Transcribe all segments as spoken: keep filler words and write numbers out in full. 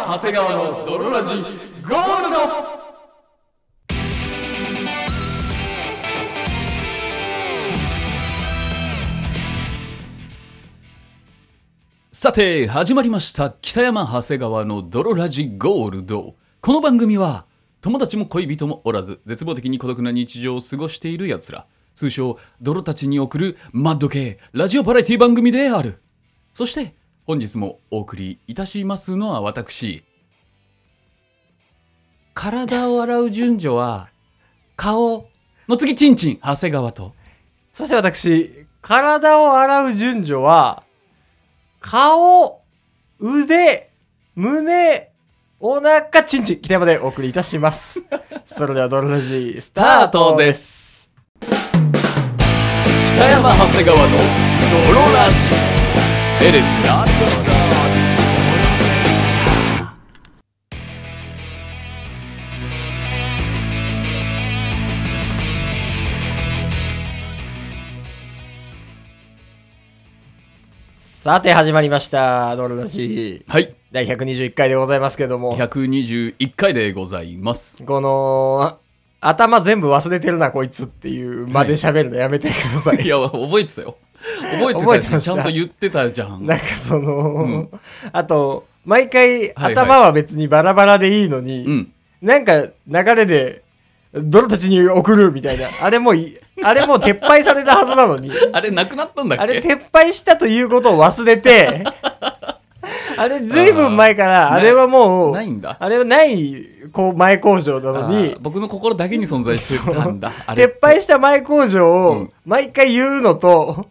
長谷川の泥ラジゴールド。さて始まりました北山長谷川の泥ラジゴールド。この番組は友達も恋人もおらず絶望的に孤独な日常を過ごしているやつら、通称泥たちに送るマッド系ラジオパラエティ番組である。そして本日もお送りいたしますのは私、体を洗う順序は顔の次チンチン長谷川と、 そして私、体を洗う順序は顔、腕、胸、お腹、チンチン、北山でお送りいたします。それではドロラジースタートです。 北山長谷川の泥ラジ。It is not the さて始まりましたドロラジー。 はい。 だいひゃくにじゅういっかいでございますけども。 ひゃくにじゅういっかいでございます。 この、頭全部忘れてるなこいつっていうまで喋るのやめてください。 はい、いや、覚えてたよ。覚えてたし、てちゃんと言ってたじゃん。 なんかその、うん、あと、毎回はいはい、 頭は別にバラバラでいいのに、 うん、 なんか流れで、泥たちに送るみたいな。あれもい、あれもう撤廃されたはずなのに。 あれなくなったんだっけ？ あれ撤廃したということを忘れて、あれずいぶん前から、あれはもう、 ないんだ。 あれはない、こう、前工場なのに、 僕の心だけに存在してたんだ。あれ撤廃した前工場を、毎回言うのと、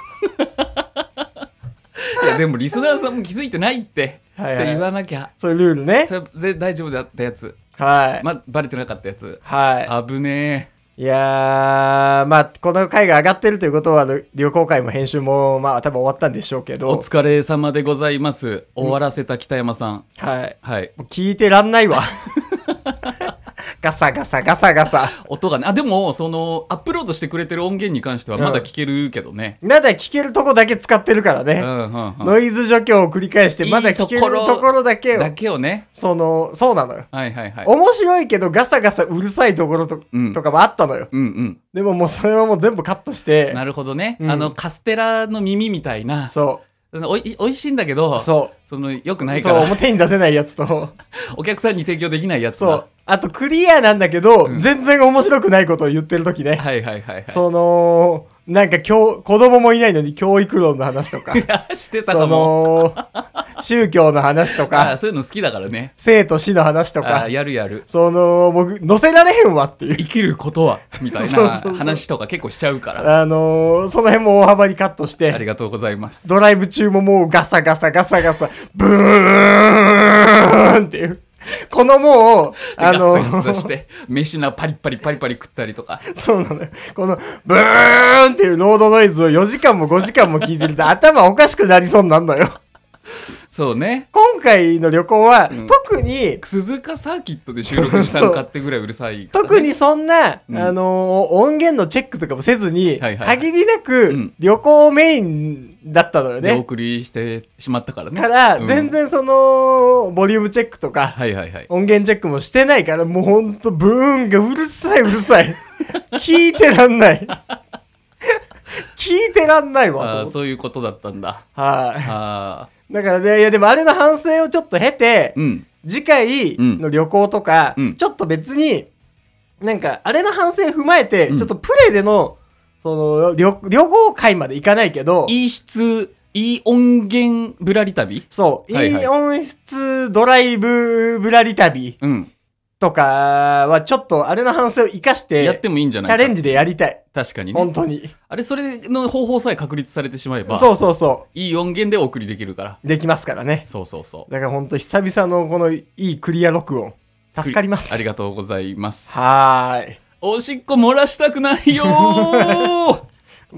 いや、でもリスナーさんも気づいてないって。はいはい、それ言わなきゃ。 そういうルールね。 それで大丈夫だったやつ。 はい。 まあ、バレてなかったやつ。 はい。 危ねえ。いやー、まあ、この回が上がってるということは、旅行会も編集も、まあ、多分終わったんでしょうけど。 お疲れ様でございます。終わらせた北山さん。うん、 はい。 はい。 もう聞いてらんないわ。ガサガサガサガサ。 音がね。あ、でも、その、アップロードしてくれてる音源に関してはまだ聞けるけどね。 うん、まだ聞けるとこだけ使ってるからね。 うんうんうん、 ノイズ除去を繰り返して、まだ聞けるところだけを。 だけをね。 その、そうなのよ。 はいはいはい。 面白いけどガサガサうるさいところ と,、うん、とかもあったのよ。 うんうん。 でももうそれはもう全部カットして。 なるほどね。 うん、 あの、カステラの耳みたいな。 そう。 おい、おいしいんだけど、 そう。 その、良くないから。 そう、表に出せないやつと。 お客さんに提供できないやつだ。 そう。あと、クリアなんだけど、うん、全然面白くないことを言ってるときね。 はいはいはいはい。 その、なんか教、子供もいないのに教育論の話とか。 いや、してたかも。 その、宗教の話とか。 あ、そういうの好きだからね。 生と死の話とか。 あ、やるやる。 その、僕、載せられへんわっていう。 生きることは、みたいな話とか結構しちゃうから。 そうそうそうあのー、その辺も大幅にカットして。 ありがとうございます。 ドライブ中ももうガサガサガサガサ、ブーンっていう。このもう、 あのー、ガサガサして、飯なパリパリパリパリ食ったりとか。 そうなのよ。この、ブーンっていうロードノイズをよじかんもごじかんも聞いてると頭おかしくなりそうになるのよ。 そうね。 今回の旅行は、うん、特に、 鈴鹿サーキットで収録したのかってぐらいうるさい、ね。 特にそんな、うん、あのー、音源のチェックとかもせずに、はいはいはい、限りなく、旅行メインだったのよね。 お送りしてしまったからね。 から、うん、全然その、ボリュームチェックとか、 はいはいはい、 音源チェックもしてないから、もうほんと、ブーンがうるさいうるさい。聞いてらんない。聞いてらんないわ。 あ、そういうことだったんだ。 はい、 あ。 だからね、いやでもあれの反省をちょっと経て、うん、次回の旅行とか、うん、ちょっと別に、なんか、あれの反省踏まえて、うん、ちょっとプレイでの、その、旅、旅行会まで行かないけど、 いい質、いい音源ぶらり旅？ そう、はいはい、いい音質ドライブぶらり旅。うん。とかはちょっとあれの反省を生かしてやってもいいんじゃないか。 チャレンジでやりたい。 確かにね。 本当に。 あれそれの方法さえ確立されてしまえば。 そうそうそう。 いい音源でお送りできるから。 できますからね。 そうそうそう。 だから本当久々のこのいいクリア録音。助かります。 ありがとうございます。 はーい。 おしっこ漏らしたくないよー。 うん、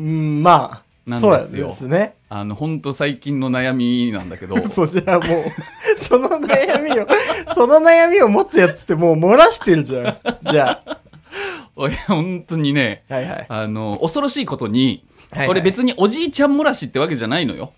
まあ。 なんですよ。 そうですね。 あの、ほんと最近の悩みなんだけど。 そう、じゃあもう、その悩みを、その悩みを持つやつってもう漏らしてるじゃん。じゃあ。 おい、本当にね、はいはい、あの、恐ろしいことに、はいはい、これ別におじいちゃん漏らしってわけじゃないのよ。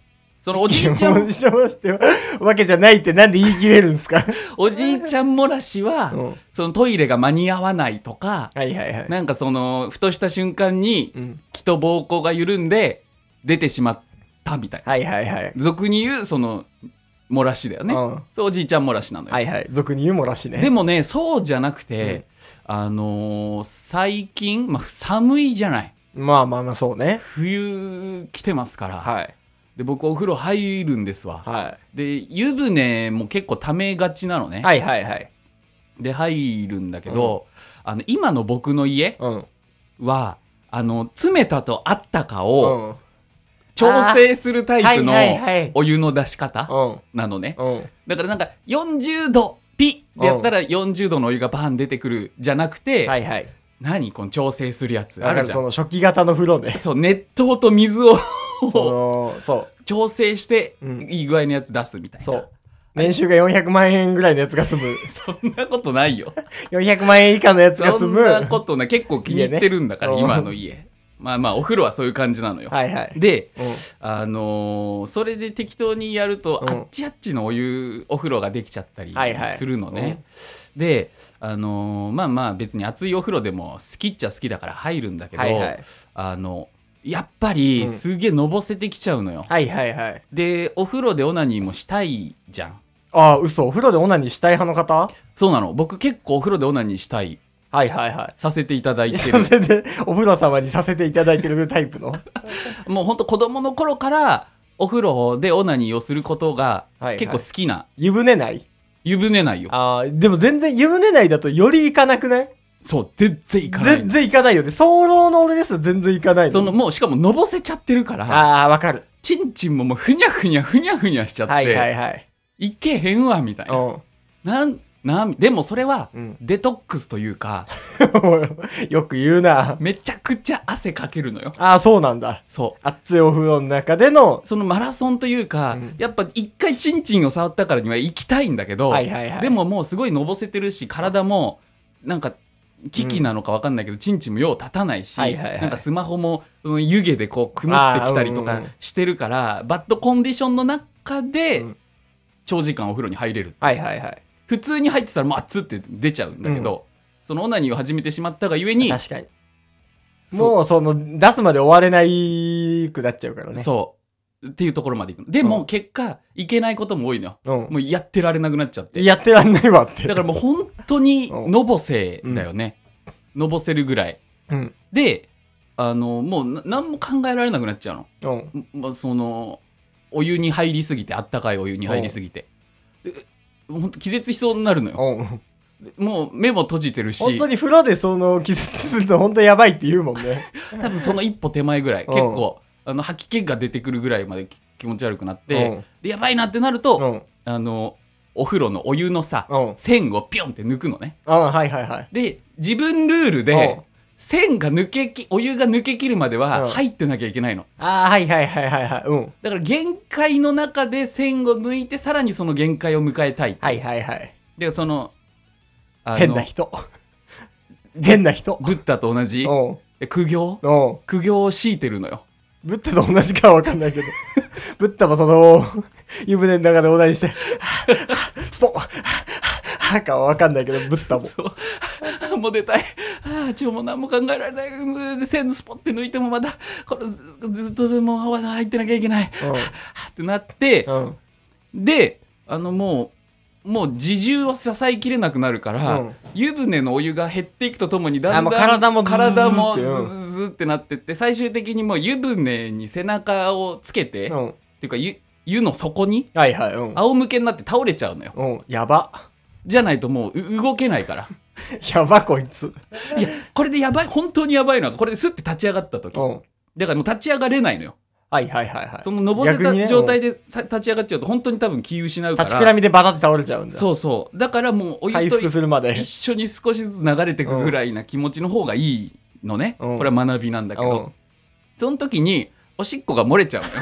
そのおじいちゃんおじいちゃん漏らしってわけじゃないってなんで言い切れるんですかおじいちゃん漏らしは、 うん、 そのトイレが間に合わないとか、 はいはいはい、 なんかそのふとした瞬間に、うん、気と膀胱が緩んで出てしまったみたいな、 はいはいはい、 俗に言うその漏らしだよね、うん、そうおじいちゃん漏らしなのよ。 はいはい、俗に言う漏らしね。 でもね、そうじゃなくて、うん、あのー、最近、まあ、寒いじゃない。 まあまあまあそうね。 冬来てますから、 はい、 で僕お風呂入るんですわ、 はい、 で湯船も結構ためがちなのね。 はいはいはい。 で入るんだけど、うん、あの今の僕の家は、うん、あの冷めたとあったかを、うん調整するタイプのお湯の出し方なのね、うんうん、だからなんかよんじゅうどピッでやったらよんじゅうどのお湯がバーン出てくるじゃなくて、はいはい、何この調整するやつあるじゃん。 その初期型の風呂ね。 そう熱湯と水をそう調整していい具合のやつ出すみたいな、うん、そう年収がよんひゃくまんえんぐらいのやつが済むそんなことないよよんひゃくまんえん以下のやつが済む。 そんなことない。結構気に入ってるんだから、ね、今の家まあまあお風呂はそういう感じなのよ。はいはい、で、うん、あのー、それで適当にやると、うん、あっちあっちのお湯お風呂ができちゃったりするのね、はいはいうん、で、あのー、まあまあ別に熱いお風呂でも好きっちゃ好きだから入るんだけど、はいはい、あのやっぱりすげえのぼせてきちゃうのよ、うん、はいはいはい。でお風呂でオナニーもしたいじゃん。 ああ嘘、お風呂でオナニーしたい派の方？ そうなの。僕結構お風呂でオナニーしたい、 はいはいはい、 させていただいてる。 させてお風呂様にさせていただいてるタイプのもうほんと子供の頃からお風呂でオナニーをすることが結構好きな、はいはい、 湯船内湯船内よ。 ああでも全然湯船内だとより行かなくない？ そう全然行かない。 全然行かないよね。早漏の俺ですよ全然行かないの。 そのもうしかものぼせちゃってるから、 ああわかる。 チンチンももうふにゃふにゃふにゃふにゃしちゃって、はいはいはい、いけへんわみたいな、うん、なんなでもそれはデトックスというか、 うん、よく言うな。 めちゃくちゃ汗かけるのよ。 ああそうなんだ。そう熱いお風呂の中でのそのマラソンというか、うん、やっぱ一回チンチンを触ったからには行きたいんだけど、はいはいはい、でももうすごいのぼせてるし体もなんか機器なのか分かんないけど、うん、チンチンもよう立たないし、はいはいはい、なんかスマホもその湯気でこう曇ってきたりとかしてるから、うんうん、バッドコンディションの中で長時間お風呂に入れる、はいはいはい、普通に入ってたらもう熱って出ちゃうんだけど、うん、そのオナニーを始めてしまったがゆえに確かにもうその出すまで終われないくなっちゃうからね。 そうっていうところまでいくの。でも結果いけないことも多いのよ、うん、もうやってられなくなっちゃって。 やってらんないわって。 だからもう本当にのぼせだよね、うん、のぼせるぐらい、うん、であのもう何も考えられなくなっちゃうの、うんまあ、そのお湯に入りすぎて、あったかいお湯に入りすぎて、うん、ほんと気絶しそうになるのよ、うん、もう目も閉じてるし。 本当に風呂でその気絶すると本当やばいって言うもんね多分その一歩手前ぐらい、結構あの吐き気が出てくるぐらいまで気持ち悪くなって、うん、でやばいなってなると、うん、あのお風呂のお湯のさ、うん、線をピョンって抜くのね、 あ、はいはいはい、 で自分ルールで線が抜けきお湯が抜けきるまでは入ってなきゃいけないの、 うん、あ、はいはいはいはいはい、うん、 だから限界の中で線を抜いてさらにその限界を迎えたい。 はいはいはい。 でその変な人変な人ブッダと同じ苦行苦行を強いてるのよ。 ブッダと同じかは分かんないけどブッダもその湯船の中でオナニーしてスポンはかは分かんないけど、ブッダもそうもう出たい、あちょもう何も考えられない、線スポッて抜いてもまだこれ ず, ずっとでも泡が入ってなきゃいけない、うん、ってなって、うん、であのもうもう自重を支えきれなくなるから、うん、湯船のお湯が減っていくとともにだんだん体もズズ体もズズってなってって、最終的にもう湯船に背中をつけて、うん、っていうか 湯, 湯の底に、はいはいうん、仰向けになって倒れちゃうのよ、 うん、やば。 じゃないともう動けないからやばこいつ。 いやこれでやばい、本当にやばいのはこれでスッて立ち上がった時、うん、だからもう立ち上がれないのよ。 はいはいはいはい。 そののぼせた状態で立ち上がっちゃうと本当に多分気失うから、 立ちくらみでバタって倒れちゃうんだ。 そうそう、だからもうお湯と一緒に少しずつ流れていくぐらいな気持ちの方がいいのね、うん、これは学びなんだけど、うん、その時におしっこが漏れちゃうのよ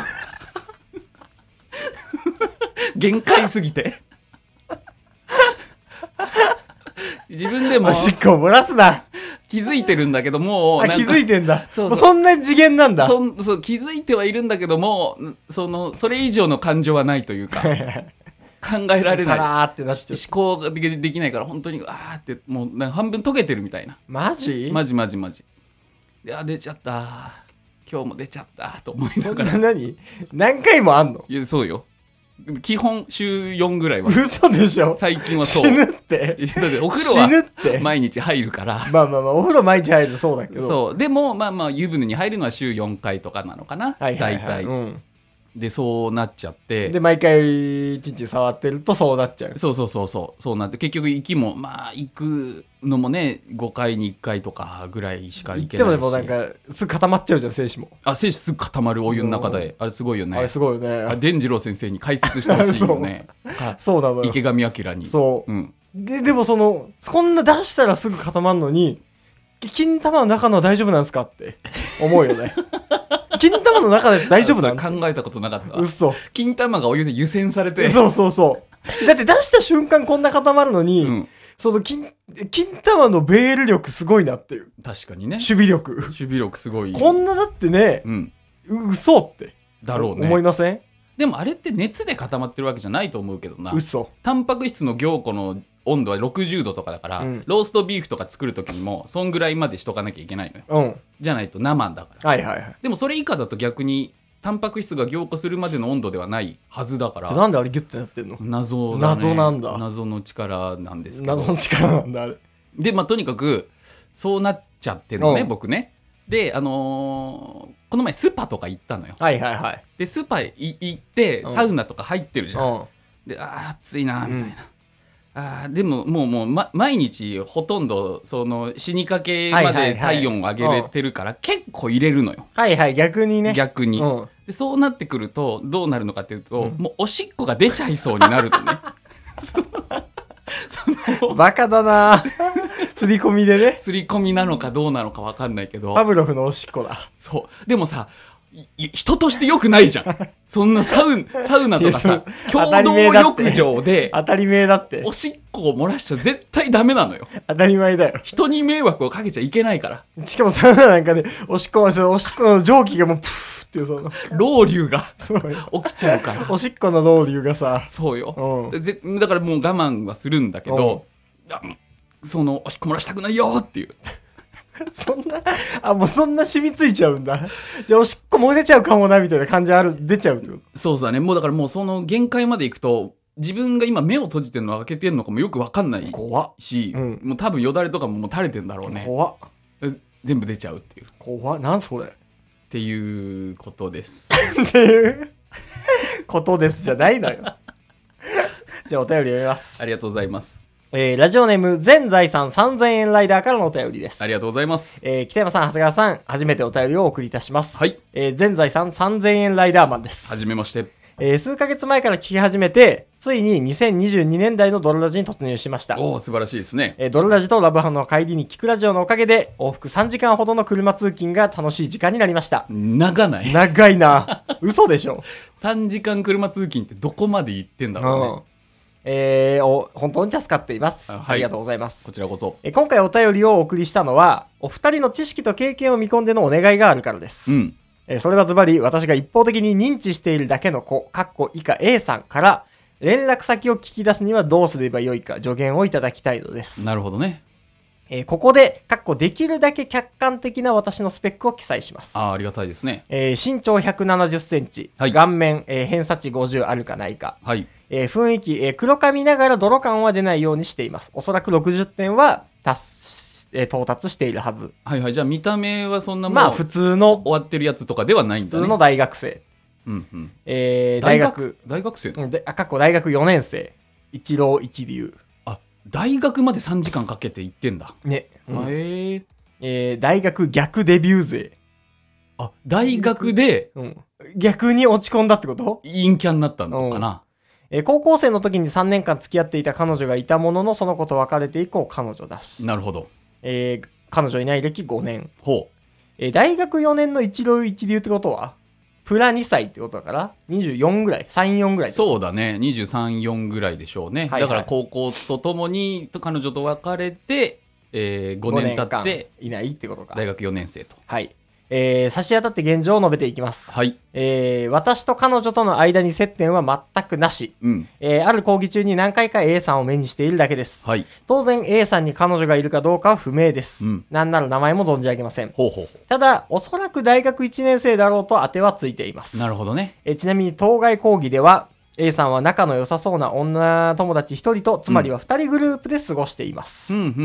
限界すぎて自分でもおしっこを漏らすな。 気づいてるんだけどもあ、気づいてんだ。 そうそうもうそんな次元なんだ。 そんそう気づいてはいるんだけどもそのそれ以上の感情はないというか考えられないパラーってなっちゃう。 思考がでできないから本当にあーってもうなんか半分溶けてるみたいなマジマジマジマジいや出ちゃった今日も出ちゃったと思いなそんがらな何何回もあんの？ いやそうよ基本週よんぐらいは嘘でしょ？ 最近はそう死ぬっていやだってお風呂死ぬっはて毎日入るからまあまあまあ、お風呂毎日入るそうだけど。 そうでもまあまあ湯船に入るのは週よんかいとかなのかな、 はいはいはい。 大体、 うん。 でそうなっちゃってで、毎回、ちんちん触ってるとそうなっちゃう。 そうそうそうそうそうなって結局行きもまあ行くのもねごかいにいっかいとかぐらいしか言っ行けないしてもでもなんか、すぐ固まっちゃうじゃん、精子も。 あ精子すぐ固まるお湯の中であれすごいよねあれすごいよあね。 伝次郎先生に解説してほしいよねかそうなのよ。 池上彰にそう。 うんで、でもその、こんな出したらすぐ固まるのに、金玉の中のは大丈夫なんですかって思うよね。金玉の中のやつ大丈夫なんそれ考えたことなかったわ嘘。 金玉がお湯で湯煎されてそうそうそう。だって出した瞬間こんな固まるのに、 うんその金、金玉のベール力すごいなっていう。 確かにね守備力。 守備力すごいこんなだってね、 うんう嘘って。 だろうね思いません？ でもあれって熱で固まってるわけじゃないと思うけどな嘘。 タンパク質の凝固の温度はろくじゅうどとかだから、 うんローストビーフとか作る時にもそんぐらいまでしとかなきゃいけないのようん。 じゃないと生だからはいはいはい。 でもそれ以下だと逆にタンパク質が凝固するまでの温度ではないはずだからなんであれギュッてなってんの？ 謎だね謎なんだ謎の力なんですけど謎の力なんだ、あれ。 でまあとにかくそうなっちゃってるのね、 うん僕ねであのーこの前スパとか行ったのよはいはいはい。 でスパい行ってうんサウナとか入ってるじゃん、 うん。 であー暑いなみたいな、あーでももうもう、ま、毎日ほとんどその死にかけまはいはいはいで体温を上げれてるから、結構入れるのよはいはい、逆にね。 逆に、 うん。 でそうなってくるとどうなるのかっていうと、 うんもうおしっこが出ちゃいそうになるとねそのそのバカだな刷り込みでね。 刷り込みなのかどうなのか分かんないけどパブロフのおしっこだ。 そうでもさいい人として良くないじゃんそんなサウサウナとかさいや共当たり前だって同浴場で当たり前だってお。しっこを漏らしちゃ絶対ダメなのよ当たり前だよ。 人に迷惑をかけちゃいけないからしかもサウナなんかで、おしっこの、おしっこの蒸気がもうプーっていう、その、 老流がそうよ。 起きちゃうからおしっこのロウリュがさ、 そうようんでぜだからもう我慢はするんだけどあそのおしっこ漏らしたくないよっていうそんな、あ、もうそんな染みついちゃうんだ。じゃあおしっこ漏れちゃうかもな、みたいな感じある、出ちゃうってこそうさねもうだからもうその限界までいくと自分が今目を閉じてるの開けてるのかもよく分かんないと。怖っ。 し、 うんもう多分よだれとかももう垂れてんだろうね怖っ。 全部出ちゃうっていうっ怖っ。なんそれ。 ていうことですっていうことですじゃないのよ。じゃあお便り読みます。 ありがとうございますえー、ラジオネーム全財産さんぜんえんライダーからのお便りです。 ありがとうございますえー、北山さん、長谷川さん、初めてお便りをお送りいたします。 はいえー、全財産さんぜんえんライダーマンです。 はじめましてえー、数ヶ月前から聞き始めて、ついににせんにじゅうにねん代のドロラジに突入しました。 おお素晴らしいですねえー、ドロラジとラブハンの帰りに聞くラジオのおかげで、往復さんじかんほどの車通勤が楽しい時間になりました。 長ない長いな。嘘でしょ。 さんじかん車通勤ってどこまで行ってんだろうね、 うん。えー、お、本当に助かっています。 あはいありがとうございます。 こちらこそえー今回お便りをお送りしたのは、お二人の知識と経験を見込んでのお願いがあるからです。 うんえーそれはズバリ私が一方的に認知しているだけの子、かっこ以下 A さんから連絡先を聞き出すにはどうすればよいか助言をいただきたいのです。 なるほどねえーここで、かっこできるだけ客観的な私のスペックを記載します。 あーありがたいですねえー身長ひゃくななじゅっセンチ、 はい顔面、えー偏差値ごじゅうあるかないか、 はいえー雰囲気、えー黒髪ながら泥感は出ないようにしています。おそらくろくじゅってんは達し、えー到達しているはず。 はいはいじゃあ見た目はそんなもうまあ普通の、 終わってるやつとかではないんだね普通の大学生。 うんうんえー大学、 大学生のうんで、あ、過去大学よねん生。一浪一流。 あ大学までさんじかんかけて行ってんだ、 ね。うんあえー、 えー大学逆デビュー勢。 あ大学でうん。逆に落ち込んだってこと陰キャになったのかな、 えー高校生の時にさんねんかん付き合っていた彼女がいたものの、その子と別れて以降彼女だし。 なるほどえー彼女いない歴ごねん。 ほえー大学よねんの一浪一流ってことはプラにさいってことだからにじゅうよんぐらい ?さん、よんぐらい。 そうだねにじゅうさん、よんぐらいでしょうね、 はいはいだから高校とともに彼女と別れてえー、ごねん経っていないってことか。 大学よねん生と。 はい。えー、差し当たって現状を述べていきます。 はい。 えー、私と彼女との間に接点は全くなし。 うん。 えー、ある講義中に何回か A さんを目にしているだけです。 はい。 当然 A さんに彼女がいるかどうかは不明です。 うん。 なんなら名前も存じ上げません。 ほうほうほう。 ただ、おそらく大学いちねん生だろうと当てはついています。 なるほどね。 えー、ちなみに当該講義では、A さんは仲の良さそうな女友達ひとりと、つまりはふたりグループで過ごしています。 うん、うん、うん、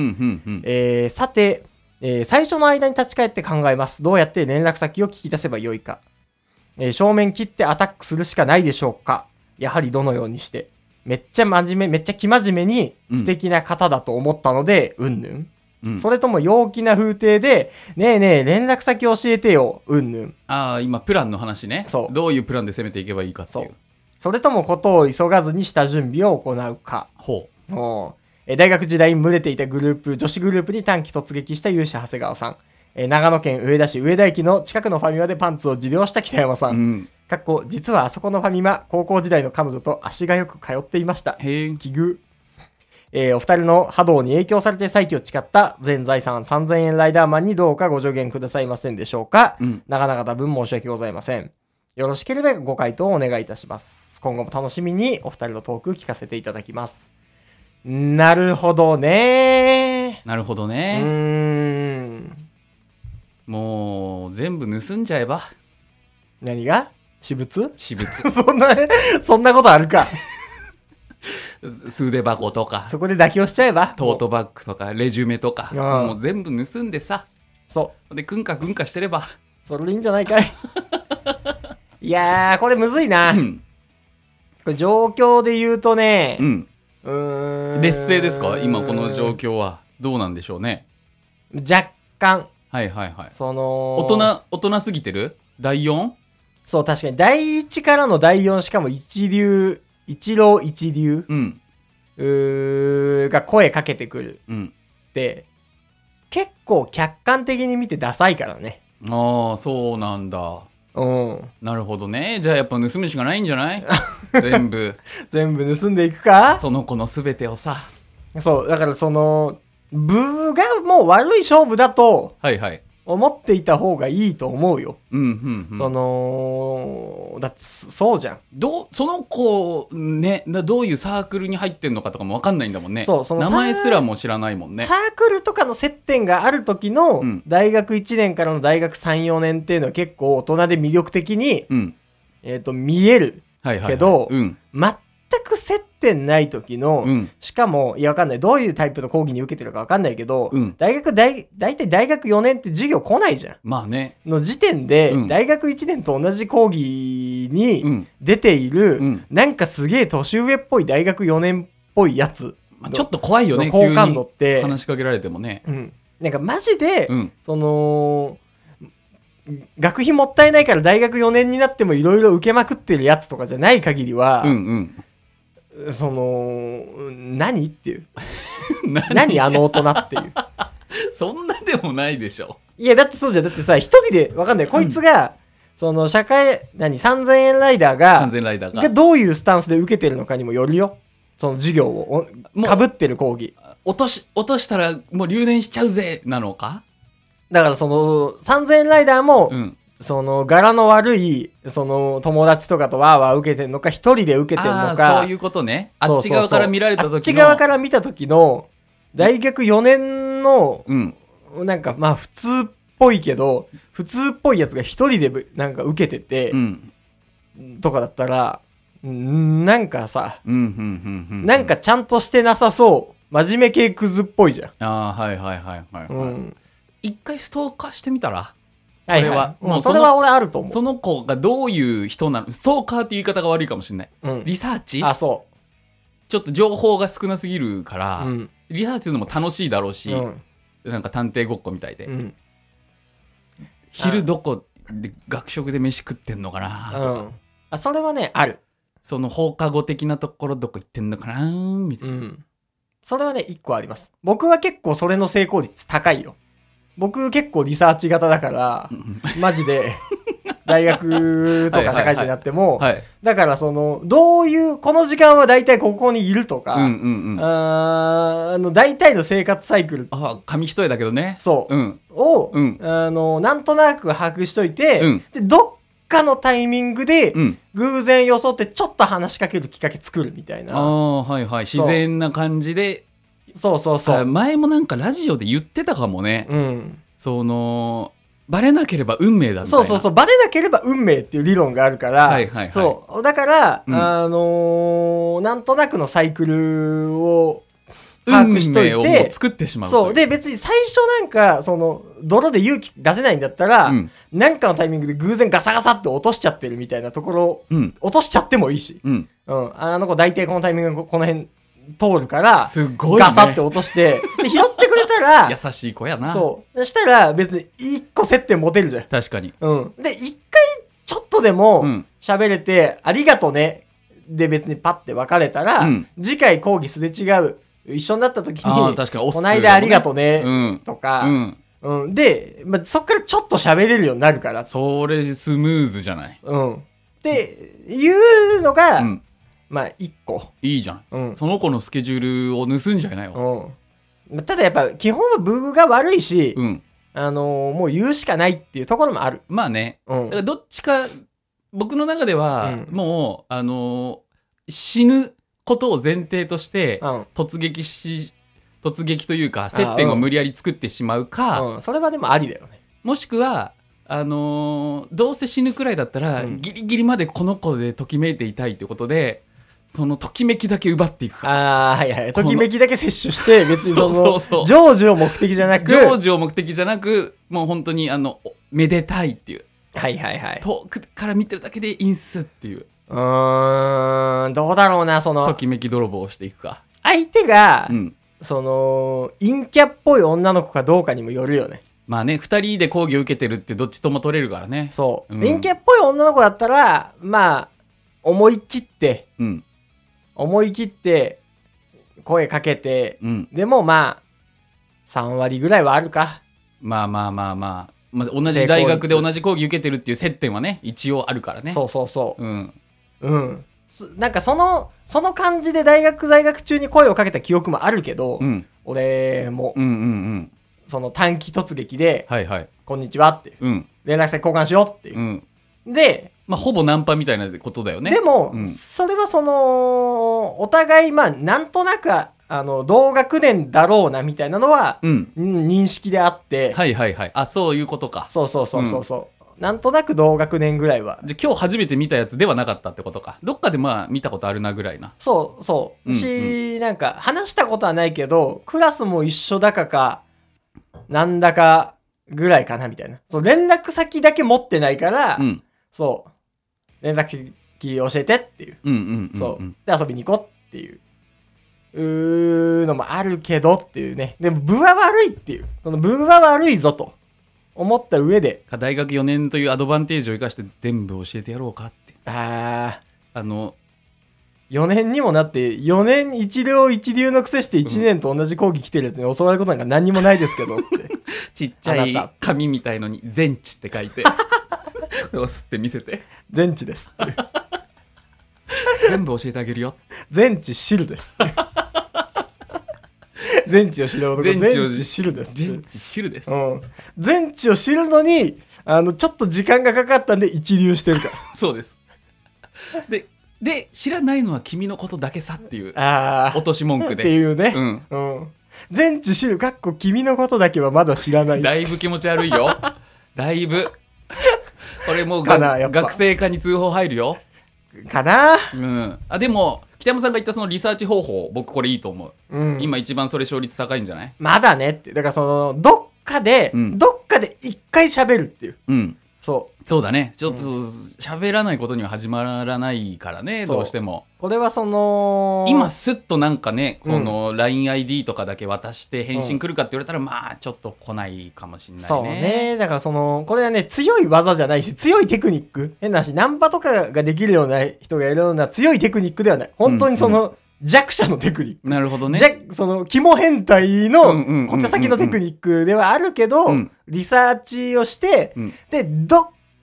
うん。 えー、さて、えー、最初の間に立ち返って考えます。どうやって連絡先を聞き出せばよいか。えー、正面切ってアタックするしかないでしょうか。やはりどのようにして。めっちゃ真面目、めっちゃ生真面目に素敵な方だと思ったので、うんぬん。うん、それとも陽気な風景で、ねえねえ、連絡先教えてよ、うんぬん。 ああ、今、プランの話ね。そう。どういうプランで攻めていけばいいかっていう。そう。 それともことを急がずに下準備を行うか。 ほう。 ほう。え大学時代に群れていたグループ、女子グループに短期突撃した勇者長谷川さん。え長野県上田市上田駅の近くのファミマでパンツを自量した北山さん。うん、かっこ、実はあそこのファミマ、高校時代の彼女と足がよく通っていました。 へー。 奇遇。えー、お二人の波動に影響されて再起を誓った全財産さんぜんえんライダーマンにどうかご助言くださいませんでしょうか。うん、長々多分申し訳ございません。よろしければご回答をお願いいたします。今後も楽しみにお二人のトーク聞かせていただきます。なるほどね。 なるほどね。 うーん。 もう、全部盗んじゃえば。 何が私物私物。 そんな、そんなことあるか。 数手箱とか。 そこで妥協しちゃえば。 トートバッグとか、レジュメとか。もう全部盗んでさ。 そう。 で、くんかくんかしてれば。 それでいいんじゃないかい。いやー、これむずいな。うん、これ状況で言うとね。 うん。うーん劣勢ですか今この状況は。どうなんでしょうね。 若干。 はいはいはい。 その大人、大人すぎてるだいよん？ そう、確かに。だいいちからのだいよん、しかも一流、一浪一流、うん、うーが声かけてくる。うん。で、結構客観的に見てダサいからね。 ああ、そうなんだ。 うん。 なるほどね。じゃあやっぱ盗むしかないんじゃない全部。 全部盗んでいくかその子の全てをさ。 そう、だからその、部がもう悪い勝負だと、 はいはい。 思っていた方がいいと思うよ。 うん、うん、うん。 その、だって、そうじゃん。 どう、その子、ね、どういうサークルに入ってんのかとかもわかんないんだもんね。 そう、その名前すらも知らないもんね。 サークルとかの接点がある時の、大学いちねんからの大学さん、よねんっていうのは結構大人で魅力的に、うん、えっと、見える。はいはいはい、けど、うん、全く接点ない時の、うん、しかも、いやわかんない。どういうタイプの講義に受けてるかわかんないけど、うん、大学大、大体大学よねんって授業来ないじゃん。 まあね。 の時点で、うん、大学いちねんと同じ講義に出ている、うん、なんかすげえ年上っぽい大学よねんっぽいやつ。 まあ、ちょっと怖いよね、 好感度って。 話しかけられてもね。 うん。なんかマジで、うん、その、学費もったいないから大学よねんになってもいろいろ受けまくってるやつとかじゃない限りは、うんうん、その、何っていう。何, 何あの大人っていう。 そんなでもないでしょ。 いや、だってそうじゃん。だってさ、一人で、わかんない。こいつが、うん、その、社会、何、さんぜんえんライダーが、 さんぜんえんライダーが、 がどういうスタンスで受けてるのかにもよるよ。その授業を、かぶってる講義。 落とし、落としたらもう留年しちゃうぜ、なのか？ だからその、さんぜんえんライダーも、うん、その、柄の悪い、その、友達とかとワーワー受けてんのか、一人で受けてんのか。 そういうことね。あっち側から見られた時の。 あっち側から見た時の、大学よねんの、うん、なんか、まあ普通っぽいけど、普通っぽいやつが一人でなんか受けてて、うん、とかだったら、なんかさ、うんうんうんうん、なんかちゃんとしてなさそう、真面目系クズっぽいじゃん。 ああ、はいはいはいはい、はい。うん一回ストーカーしてみたらそれは、はいはい、もうそれは俺あると思う。 その子がどういう人なの、ストーカーって言い方が悪いかもしれない、うん、リサーチ。 あ、そうちょっと情報が少なすぎるから、うん、リサーチするのも楽しいだろうし、うん、なんか探偵ごっこみたいで、うん、昼どこで学食で飯食ってんのかなとか、うん、 あそれはねある。 その放課後的なところどこ行ってんのかなみたいな、うん、 それはね一個あります。僕は結構それの成功率高いよ。僕結構リサーチ型だから、マジで、 大学とか社会人になっても、 はい。 だからその、どういう、この時間は大体ここにいるとか、 うんうんうん。 あーあの、大体の生活サイクル、 あ、紙一重だけどね。 そう、 うん。 を、 うんあの、なんとなく把握しといて、 うんで、どっかのタイミングで、 うん。 偶然装ってちょっと話しかけるきっかけ作るみたいな。 ああ、はいはい。自然な感じで。 そうそうそう。 あ前もなんかラジオで言ってたかもね。 うん。 その、バレなければ運命だみたいな。 そうそうそう。バレなければ運命っていう理論があるから、 はいはいはいそう。だから、 うんあのーなんとなくのサイクルを把運握しとい命をもうて、 作ってしまうといそう。で、別に最初なんか、その、泥で勇気出せないんだったら、 うんなんかのタイミングで偶然ガサガサって落としちゃってるみたいなところ、 うん。 落としちゃってもいいし、 うん。 うん。あの子大体このタイミングでここの辺通るから、 すごいね。 ガサって落として、で、拾ってくれたら、 優しい子やな。 そう。そしたら別に一個接点持てるじゃん。 確かに。 うん。で、一回ちょっとでもうん喋れて、ありがとね。で別にパッて別れたら、 うん次回講義すれ違う。一緒になった時に、 あー確かにオッスこないだありがとね。 うん。 とか、 うん。 うん。で、まあ、そっからちょっと喋れるようになるから。 それスムーズじゃない。 うん。っていうのが、 うん。 まあ、一個。 いいじゃん。 うんその子のスケジュールを盗んじゃいなよ。 うん。ただやっぱ、基本はブグが悪いし、 うん。 あのーもう言うしかないっていうところもある。 まあね。 うんだからどっちか、僕の中では、 うんもう、あのー死ぬことを前提として、 うん。 突撃し、突撃というか、接点を無理やり作ってしまうか、 うん。それはでもありだよね。 もしくは、あのーどうせ死ぬくらいだったら、 うんギリギリまでこの子でときめいていたいということで、そのときめきだけ奪っていくか。 ああ、はいはい。 このときめきだけ摂取して、別にその、 そうそうそう成就を目的じゃなく、 成就を目的じゃなく、もう本当に、あの、おめでたいっていう。 はいはいはい。 遠くから見てるだけでいいんすっていう。 うーん、どうだろうな、その、 ときめき泥棒をしていくか。 相手が、 うん。 その、陰キャっぽい女の子かどうかにもよるよね。 まあね、二人で講義を受けてるってどっちとも取れるからね。 そう。 うん陰キャっぽい女の子だったら、まあ、思い切って、 うん。 思い切って、声かけて、 うん。 でもまあ、さん割ぐらいはあるか。 まあまあまあまあ。まあ、同じ大学で同じ講義受けてるっていう接点はね、一応あるからね。 そうそうそう。 うん。 うん。すなんかその、その感じで大学在学中に声をかけた記憶もあるけど、 うん。 俺も、 うんうんうん。 その短期突撃で、 はいはい。 こんにちはっていう、 うん。 連絡先交換しようっていうう。 ん。 で、 まあ、ほぼナンパみたいなことだよね。 でも、 うんそれはその、お互い、まあ、なんとなく、あの、同学年だろうな、みたいなのは、 うん。 うん認識であって、 はいはいはい。あ、そういうことか。 そうそうそうそうそう、なんとなく同学年ぐらいは。 じゃあ今日初めて見たやつではなかったってことか。どっかでまあ見たことあるなぐらいな。 そうそう。 うんし、なんか、話したことはないけど、クラスも一緒だかか、なんだかぐらいかな、みたいな。そう、連絡先だけ持ってないから、 うん。 そう、連絡先教えてっていう。 うんうんうん、うん。 そう。で、遊びに行こうっていう。うーのもあるけどっていうね。でも、部は悪いっていう。その部は悪いぞと思った上で、 大学よねんというアドバンテージを生かして全部教えてやろうかって。 ああの、 ー、よねんにもなって、よねん一流一流のくせしていちねんと同じ講義来てるやつに教わることなんか何にもないですけどって。 ちっちゃいあなた紙みたいのに全知って書いて、吸って見せて。 全知ですっていう。 全部教えてあげるよ。 全知知るですっていう。全知を知る男、全全知を知知るですっていう。 全知知るです。 うん。全知を知るのに、あの、ちょっと時間がかかったんで一流してるから。 そうです。で、で、知らないのは君のことだけさっていうあ落とし文あ。って句で。 いうね。 うん。 うん。全知知る、かっこ君のことだけはまだ知らない。 だいぶ気持ち悪いよ。だいぶ。これもうかなやっぱが学生課に通報入るよ。 かな。 うん。あ、でも、北山さんが言ったそのリサーチ方法、僕これいいと思う。 うん。 今一番それ勝率高いんじゃない？ まだねって。だからその、どっかで、 うんどっかで一回喋るっていう。 うん。 そそうだね。ちょっと喋らないことには始まらないからね、 そうどうしても。 う。これはその、 今すっとなんかね、 うんこの ラインアイディー とかだけ渡して返信来るかって言われたら、まあちょっと来ないかもしんないね。 そうね。だからその、これはね、強い技じゃないし、強いテクニック。変な話、ナンパとかができるような人がいるような強いテクニックではない。本当にその、弱者のテクニック。 なるほどね。 弱その、肝変態うんうんうんのうん小手先のテクニックではあるけど、 うんリサーチをして、 うんで、どっ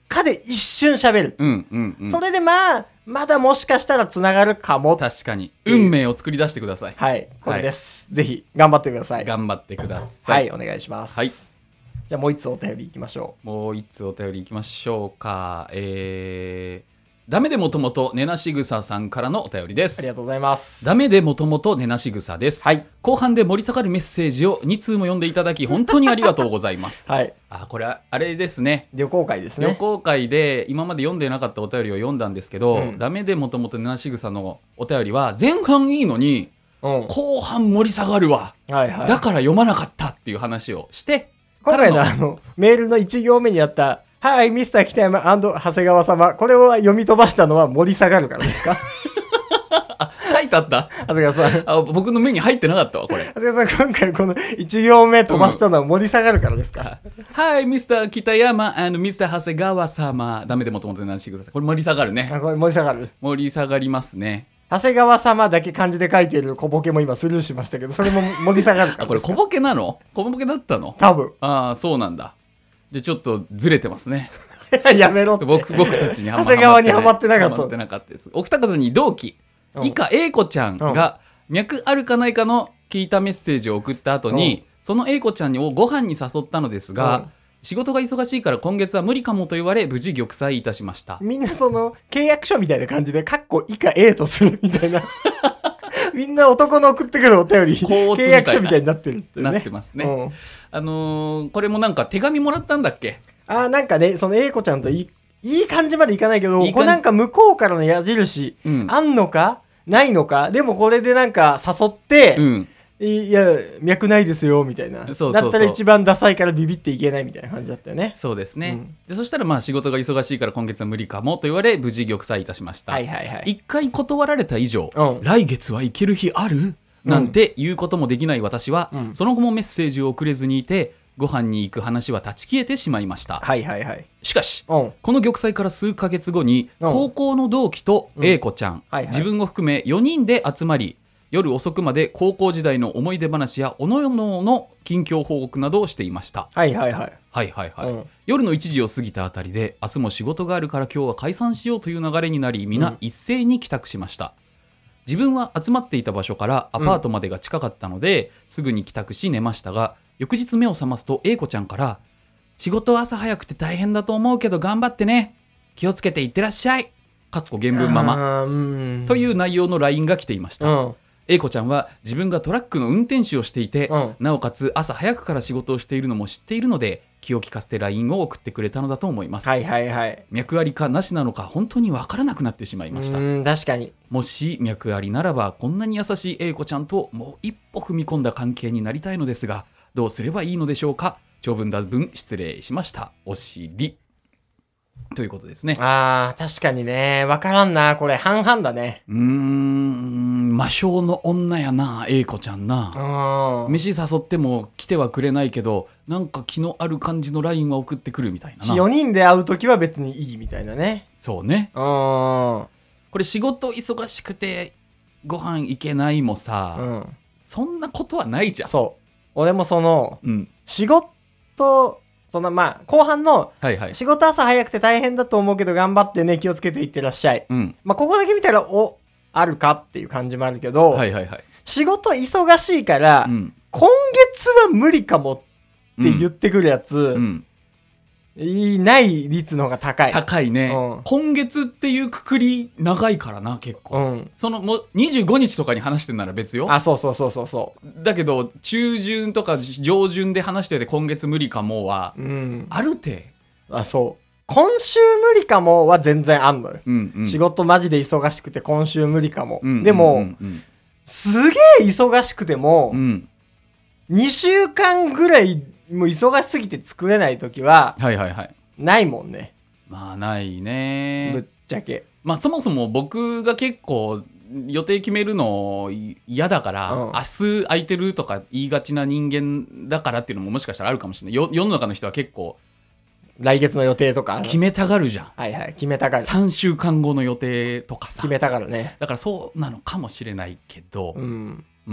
かで一瞬喋る。 うんうんうん。 それでまあ、まだもしかしたら繋がるかも。 確かに。運命を作り出してください。 はい。これです。はい、ぜひ、頑張ってください。 頑張ってください。 はい、お願いします。 はい。 じゃあもう一つお便りいきましょう。もう一つお便りいきましょうか。えー。ダメでもともと寝なしぐささんからのお便りです。 ありがとうございます。 ダメでもともと寝なしぐさです。はい。後半で盛り下がるメッセージをに通も読んでいただき本当にありがとうございます。はい。あ、これあれですね。 旅行会ですね。 旅行会で今まで読んでなかったお便りを読んだんですけど、うん、ダメでもともと寝なしぐさのお便りは前半いいのに、うん、後半盛り下がるわ、はいはい。だから読まなかったっていう話をして、 今回のあのメールのいち行目にあったはい、ミスター北山&長谷川様。これを読み飛ばしたのは盛り下がるからですか？ あ、書いてあった長谷川さん。 あ、僕の目に入ってなかったわ、これ。 長谷川さん、今回このいち行目飛ばしたのは盛り下がるからですか？ うん、はい、ミスター北山&ミスター長谷川様。ダメでもともと何してください。これ盛り下がるね。 あ、これ盛り下がる。 盛り下がりますね。 長谷川様だけ漢字で書いてる小ボケも今スルーしましたけど、それも盛り下がるからですか？ あ、これ小ボケなの？小ボケだったの？ 多分。 ああ、そうなんだ。じゃあちょっとずれてますね。 やめろって。 僕、僕たちにはま長谷川にはまってなかった。はまってなかったです。お二方に同期、以下 A 子ちゃんが脈あるかないかの聞いたメッセージを送った後に、その A 子ちゃんをご飯に誘ったのですが、仕事が忙しいから今月は無理かもと言われ、無事玉砕いたしました。 みんなその契約書みたいな感じで、カッコ以下 A とするみたいな。みんな男の送ってくるお便り、契約書みたいになってるってね。 なってますね。うん、あのー、これもなんか手紙もらったんだっけ？ あー、なんかね、その A 子ちゃんといい、いい感じまでいかないけど、いいこれなんか向こうからの矢印、うん、あんのかないのかでもこれでなんか誘って、うん、いや、脈ないですよ、みたいな。そうそうそう。だったら一番ダサいからビビっていけないみたいな感じだったよね。 そうですね。うん、でそしたらまあ仕事が忙しいから今月は無理かもと言われ、無事玉砕いたしました。はいはいはい。一回断られた以上、うん、来月は行ける日ある？なんて言うこともできない私は、うん、その後もメッセージを送れずにいて、ご飯に行く話は断ち切れてしまいました。はいはいはい。しかし、うん、この玉砕から数ヶ月後に、うん、高校の同期と A 子ちゃん、うんはいはい、自分を含めよにんで集まり、夜遅くまで高校時代の思い出話やおのおのの近況報告などをしていました。はいはいはい。はいはいはい。うん、夜のいちじを過ぎたあたりで、明日も仕事があるから今日は解散しようという流れになり、皆一斉に帰宅しました。うん、自分は集まっていた場所からアパートまでが近かったので、うん、すぐに帰宅し寝ましたが、翌日目を覚ますと A 子ちゃんから仕事は朝早くて大変だと思うけど頑張ってね、気をつけていってらっしゃい、かっこ原文まま、うん、という内容の ライン が来ていました。うん、A 子ちゃんは自分がトラックの運転手をしていて、うん、なおかつ朝早くから仕事をしているのも知っているので、気を利かせて ライン を送ってくれたのだと思います。はいはいはい。脈ありかなしなのか本当に分からなくなってしまいました。 うん、確かに。 もし脈ありならばこんなに優しい A 子ちゃんともう一歩踏み込んだ関係になりたいのですが、どうすればいいのでしょうか。長文多文失礼しました。お尻ということですね。 あー、確かにね。わからんな。これ半々だね。 うーん、魔性の女やな、A 子ちゃんな。飯誘っても来てはくれないけど、なんか気のある感じの ライン は送ってくるみたいなな。 よにんで会うときは別にいいみたいなね。 そうね。うん。これ仕事忙しくてご飯行けないもさ、うん、そんなことはないじゃん。 そう。俺もその、うん、仕事、そのまあ、後半の、はいはい、仕事朝早くて大変だと思うけど頑張ってね、気をつけていってらっしゃい。うん、まあ、ここだけ見たら、お、あるかっていう感じもあるけど、はいはいはい、仕事忙しいから、うん、今月は無理かもって言ってくるやつ、うんうんいない率の方が高い。 高いね、うん。今月っていうくくり長いからな、結構。うん、そのもうにじゅうごにちとかに話してんなら別よ。 あ、そうそうそうそうそう。 だけど、中旬とか上旬で話してて今月無理かもは、うん、あるて。 あ、そう。今週無理かもは全然あんのよ。うんうん、仕事マジで忙しくて今週無理かも。うんうんうんうん、でも、すげえ忙しくても、うん、にしゅうかんぐらいもう忙しすぎて作れないときは、はいはいはい。ないもんね。 まあないね。 ぶっちゃけ。 まあそもそも僕が結構予定決めるの嫌だから、うん、明日空いてるとか言いがちな人間だからっていうのももしかしたらあるかもしれない。よ世の中の人は結構、 来月の予定とか。 決めたがるじゃん。 はいはい。決めたがる。 さんしゅうかんごの予定とかさ。 決めたがるね。 だからそうなのかもしれないけど、うん。うん。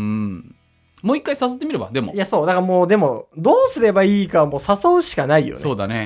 もう一回誘ってみれば、でも。 いや、そう。だからもう、でも、どうすればいいかもう誘うしかないよね。 そうだね。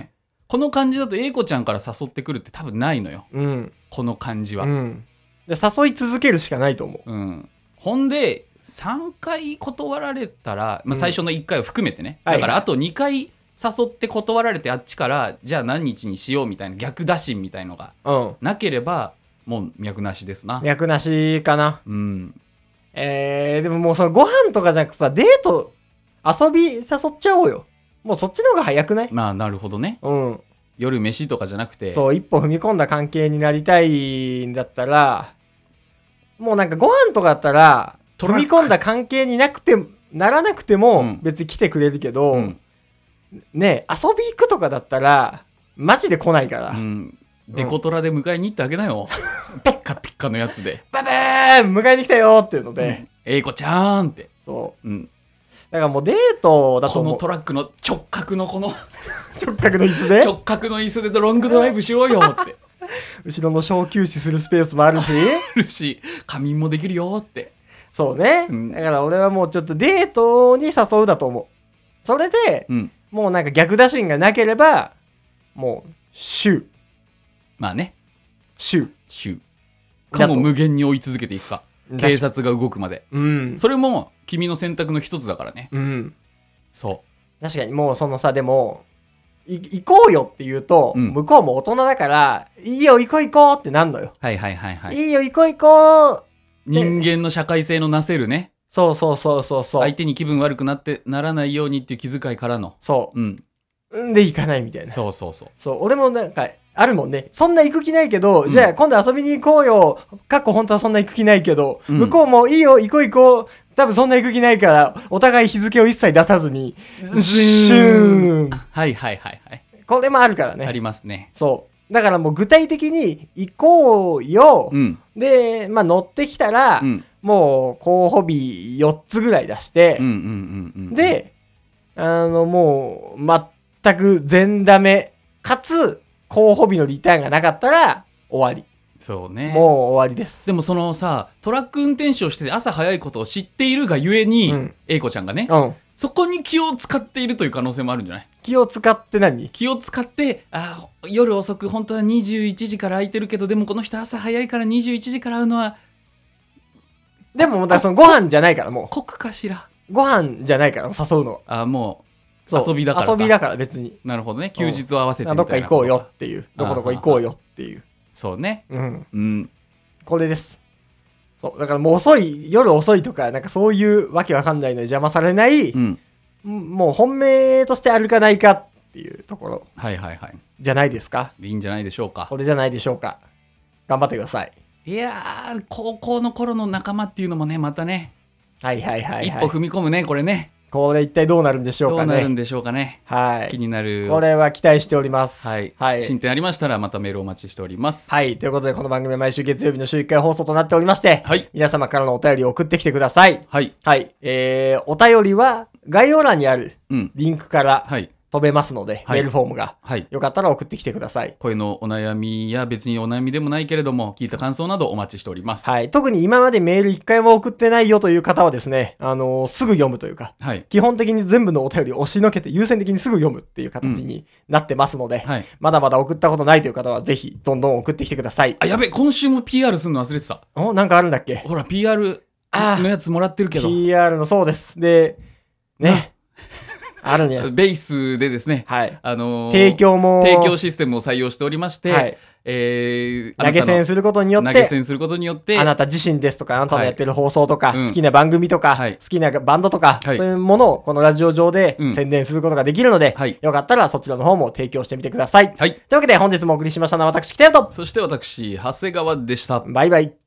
この感じだと A 子ちゃんから誘ってくるって多分ないのよ。 うん。 この感じは。 うん。で、誘い続けるしかないと思う。 うん。ほんで、さんかい断られたら、まあ、最初のいっかいを含めてね。 うん、 だからあとにかい誘って断られてあっちから、じゃあ何日にしようみたいな逆打診みたいのがなければ、もう脈なしですな。 脈なしかな。 うん。 えー、でももうそのご飯とかじゃなくさ、デート、遊び誘っちゃおうよ。もうそっちの方が早くない？ まあなるほどね。 うん。 夜飯とかじゃなくて。 そう、一歩踏み込んだ関係になりたいんだったら、もうなんかご飯とかだったら、踏み込んだ関係になくて、ならなくても別に来てくれるけど、うん、ねえ、遊び行くとかだったら、マジで来ないから。うん。 デコトラで迎えに行ってあげなよ。うん、ピッカピッカのやつで。 ババーン迎えに来たよっていうので。 えいこちゃーんって。 そう。うん。だからもうデートだと思う。 このトラックの直角のこの直角の椅子で直角の椅子でロングドライブしようよって後ろの小休止するスペースもあるしあるし仮眠もできるよって。 そうね、うん、だから俺はもうちょっとデートに誘うだと思う。それで、うん、もうなんか逆打診がなければもうシュー。 まあねシューシューかも無限に追い続けていくか警察が動くまで、うん、それも君の選択の一つだからね。うん。そう。 確かにもうそのさ、でも、い行こうよって言うと、うん、向こうも大人だから、いいよ行こう行こうってなんのよ。 はいはいはいはい。 いいよ行こう行こう人間の社会性のなせるね。 そうそうそうそうそう。 相手に気分悪くなってならないようにっていう気遣いからの。 そう。うん。んで行かないみたいな。 そうそうそう。 そう、俺もなんか、あるもんね。そんな行く気ないけど、うん、じゃあ今度遊びに行こうよ。かっこ本当はそんな行く気ないけど、うん、向こうもいいよ行こう行こう。多分そんな行く気ないから、お互い日付を一切出さずに、シューン。 はいはいはいはい。 これもあるからね。 ありますね。 そう。だからもう具体的に行こうよ。うん、で、まあ乗ってきたら、うん、もう候補日よっつぐらい出して、で、あのもう全く全ダメ、かつ候補日のリターンがなかったら終わり。 そうね。 もう終わりです。 でもそのさ、トラック運転手をしてて朝早いことを知っているがゆえに、うん、A 子ちゃんがね、うん、そこに気を使っているという可能性もあるんじゃない？ 気を使って何？ 気を使って、あ、夜遅く本当はにじゅういちじから空いてるけど、でもこの人朝早いからにじゅういちじから会うのは、 でもまたそのご飯じゃないからもう。 酷かしら。 ご飯じゃないから誘うのは。 あ、もう遊びだからか。 遊びだから別に。 なるほどね。休日を合わせてみたいな。どっか行こうよっていう。どこどこ行こうよっていう。 そうね。 うん。うん。これです。そう。だからもう遅い、夜遅いとか、なんかそういうわけわかんないので邪魔されない、うん、もう本命としてあるかないかっていうところ。 はいはいはい。 じゃないですか。 いいんじゃないでしょうか。 これじゃないでしょうか。頑張ってください。 いやー、高校の頃の仲間っていうのもね、またね。 はいはいはい、はい。 一歩踏み込むね、これね。 これ一体どうなるんでしょうかね。 どうなるんでしょうかね。 はい。 気になる。 これは期待しております。 はい。はい。進展ありましたらまたメールお待ちしております。 はい。ということでこの番組は毎週月曜日の週いっかい放送となっておりまして、 はい。 皆様からのお便りを送ってきてください。 はい。 はい。えー、お便りは概要欄にあるリンクから、うん、はい。飛べますので、はい、メールフォームが、はい、よかったら送ってきてください。 声のお悩みや別にお悩みでもないけれども聞いた感想などお待ちしております。 はい。特に今までメール一回も送ってないよという方はですね、あのー、すぐ読むというか、はい、基本的に全部のお便りを押しのけて優先的にすぐ読むっていう形になってますので、うんはい、まだまだ送ったことないという方はぜひどんどん送ってきてください。 あ、やべ、今週も ピーアール するの忘れてた。 お、なんかあるんだっけ？ ほら ピーアール のやつもらってるけど。 ピーアール のそうです。で、ね。あるね。 ベースでですね、 はい、 あのー、 提供も提供システムを採用しておりまして、はい、えー、投げ銭することによって、 投げ銭することによって、 あなた自身ですとか、あなたのやってる放送とか、はい、好きな番組とか、はい、好きなバンドとか、はい、そういうものをこのラジオ上で宣伝することができるので、うん、よかったらそちらの方も提供してみてください。はい、というわけで本日もお送りしましたのは私、北谷と、 そして私、長谷川でした。 バイバイ。